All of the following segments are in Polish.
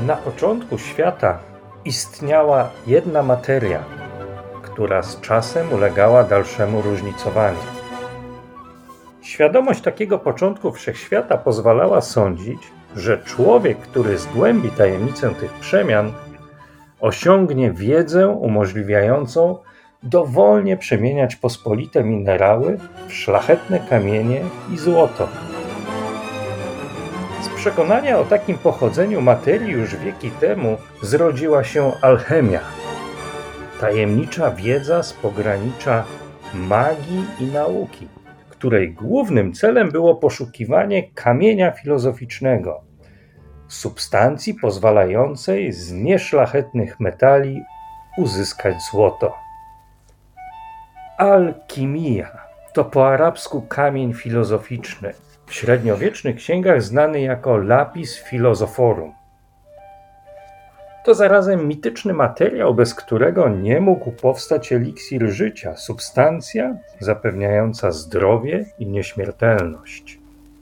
Na początku świata istniała jedna materia, która z czasem ulegała dalszemu różnicowaniu. Świadomość takiego początku wszechświata pozwalała sądzić, że człowiek, który zgłębi tajemnicę tych przemian, osiągnie wiedzę umożliwiającą dowolnie przemieniać pospolite minerały w szlachetne kamienie i złoto. Z przekonania o takim pochodzeniu materii już wieki temu zrodziła się alchemia, tajemnicza wiedza z pogranicza magii i nauki, której głównym celem było poszukiwanie kamienia filozoficznego, substancji pozwalającej z nieszlachetnych metali uzyskać złoto. Alkimia to po arabsku kamień filozoficzny, w średniowiecznych księgach znany jako lapis philosophorum. To zarazem mityczny materiał, bez którego nie mógł powstać eliksir życia, substancja zapewniająca zdrowie i nieśmiertelność.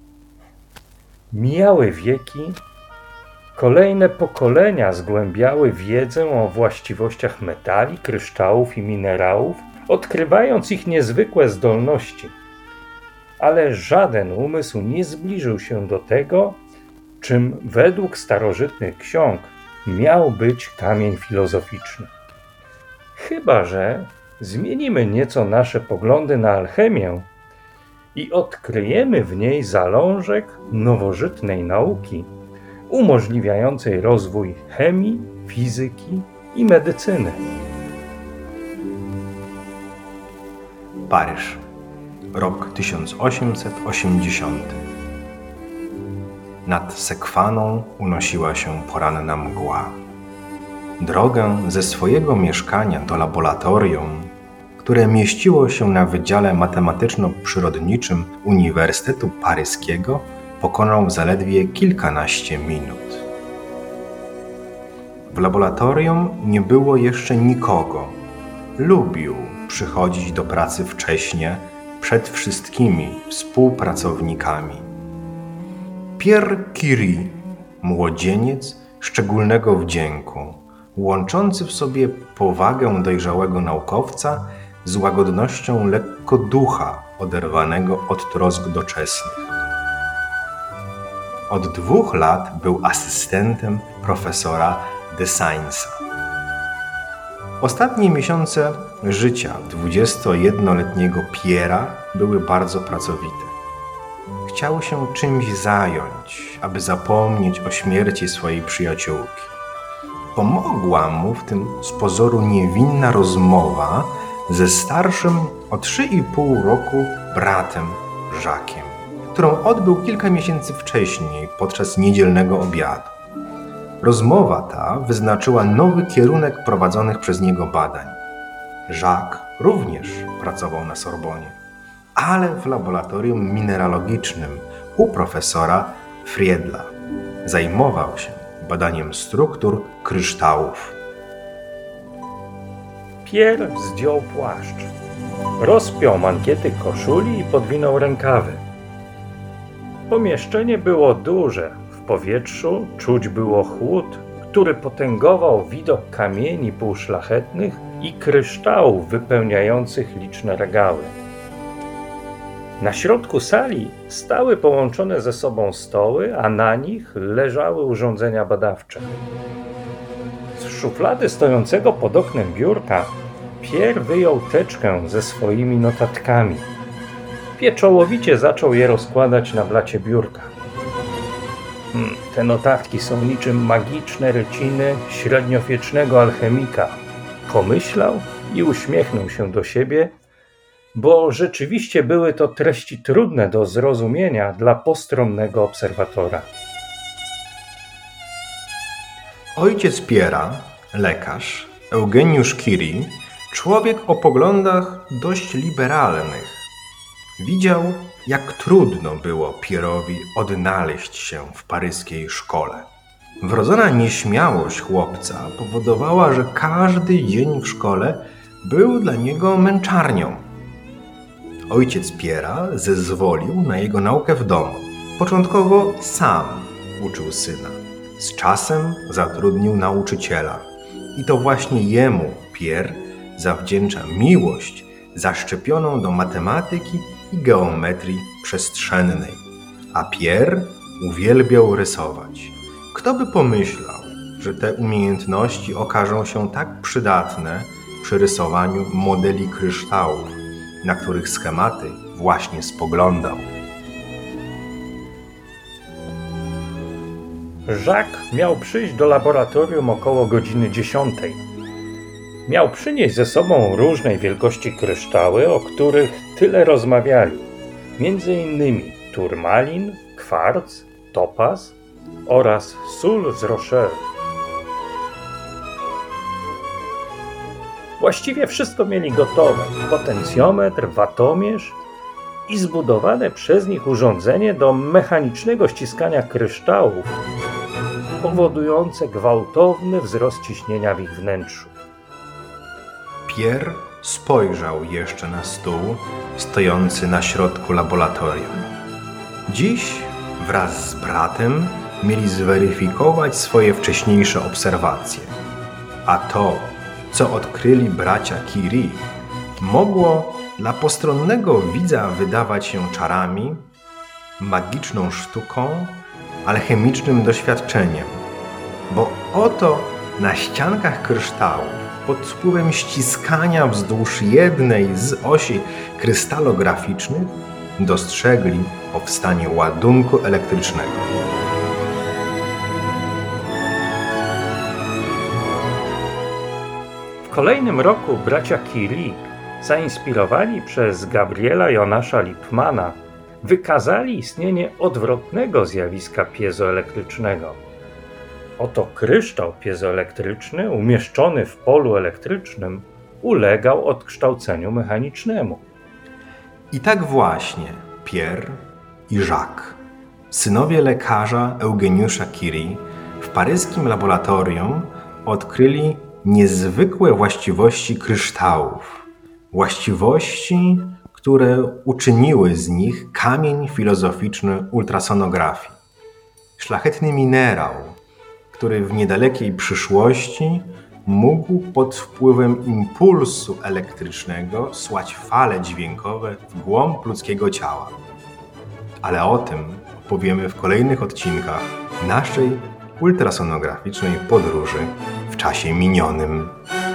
Mijały wieki, kolejne pokolenia zgłębiały wiedzę o właściwościach metali, kryształów i minerałów, odkrywając ich niezwykłe zdolności. Ale żaden umysł nie zbliżył się do tego, czym według starożytnych ksiąg miał być kamień filozoficzny. Chyba że zmienimy nieco nasze poglądy na alchemię i odkryjemy w niej zalążek nowożytnej nauki, umożliwiającej rozwój chemii, fizyki i medycyny. Paryż, rok 1880. Nad Sekwaną unosiła się poranna mgła. Drogę ze swojego mieszkania do laboratorium, które mieściło się na Wydziale Matematyczno-Przyrodniczym Uniwersytetu Paryskiego, pokonał zaledwie kilkanaście minut. W laboratorium nie było jeszcze nikogo. Lubił przychodzić do pracy wcześnie, przed wszystkimi współpracownikami. Pierre Curie, młodzieniec szczególnego wdzięku, łączący w sobie powagę dojrzałego naukowca z łagodnością lekko ducha oderwanego od trosk doczesnych. Od 2 lat był asystentem profesora de Sainza. Ostatnie miesiące życia 21-letniego Pierre'a były bardzo pracowite. Chciał się czymś zająć, aby zapomnieć o śmierci swojej przyjaciółki. Pomogła mu w tym z pozoru niewinna rozmowa ze starszym o 3,5 roku bratem Jacques'em, którą odbył kilka miesięcy wcześniej podczas niedzielnego obiadu. Rozmowa ta wyznaczyła nowy kierunek prowadzonych przez niego badań. Jacques również pracował na Sorbonie, ale w laboratorium mineralogicznym u profesora Friedla. Zajmował się badaniem struktur kryształów. Pierre zdjął płaszcz, rozpiął mankiety koszuli i podwinął rękawy. Pomieszczenie było duże. W powietrzu czuć było chłód, który potęgował widok kamieni półszlachetnych i kryształów wypełniających liczne regały. Na środku sali stały połączone ze sobą stoły, a na nich leżały urządzenia badawcze. Z szuflady stojącego pod oknem biurka Pierre wyjął teczkę ze swoimi notatkami. Pieczołowicie zaczął je rozkładać na blacie biurka. Te notatki są niczym magiczne ryciny średniowiecznego alchemika. Pomyślał i uśmiechnął się do siebie, bo rzeczywiście były to treści trudne do zrozumienia dla postronnego obserwatora. Ojciec Pierre'a, lekarz, Eugeniusz Curie, człowiek o poglądach dość liberalnych, widział, jak trudno było Pierre'owi odnaleźć się w paryskiej szkole. Wrodzona nieśmiałość chłopca powodowała, że każdy dzień w szkole był dla niego męczarnią. Ojciec Pierre'a zezwolił na jego naukę w domu. Początkowo sam uczył syna, Z czasem zatrudnił nauczyciela i to właśnie jemu Pierre zawdzięcza miłość zaszczepioną do matematyki i geometrii przestrzennej. A Pierre uwielbiał rysować. Kto by pomyślał, że te umiejętności okażą się tak przydatne przy rysowaniu modeli kryształów, na których schematy właśnie spoglądał. Jacques miał przyjść do laboratorium około godziny 10. Miał przynieść ze sobą różnej wielkości kryształy, o których tyle rozmawiali. Między innymi turmalin, kwarc, topaz oraz sól z Rochelle. Właściwie wszystko mieli gotowe. Potencjometr, watomierz i zbudowane przez nich urządzenie do mechanicznego ściskania kryształów, powodujące gwałtowny wzrost ciśnienia w ich wnętrzu. Pierre spojrzał jeszcze na stół stojący na środku laboratorium. Dziś wraz z bratem mieli zweryfikować swoje wcześniejsze obserwacje. A to, co odkryli bracia Curie, mogło dla postronnego widza wydawać się czarami, magiczną sztuką, alchemicznym doświadczeniem. Bo oto na ściankach kryształu, pod wpływem ściskania wzdłuż jednej z osi krystalograficznych, dostrzegli powstanie ładunku elektrycznego. W kolejnym roku bracia Curie, zainspirowani przez Gabriela Jonasza Lippmana, wykazali istnienie odwrotnego zjawiska piezoelektrycznego. Oto kryształ piezoelektryczny umieszczony w polu elektrycznym ulegał odkształceniu mechanicznemu. I tak właśnie Pierre i Jacques, synowie lekarza Eugeniusza Curie, w paryskim laboratorium odkryli niezwykłe właściwości kryształów. Właściwości, które uczyniły z nich kamień filozoficzny ultrasonografii. Szlachetny minerał, który w niedalekiej przyszłości mógł pod wpływem impulsu elektrycznego słać fale dźwiękowe w głąb ludzkiego ciała. Ale o tym opowiemy w kolejnych odcinkach naszej ultrasonograficznej podróży w czasie minionym.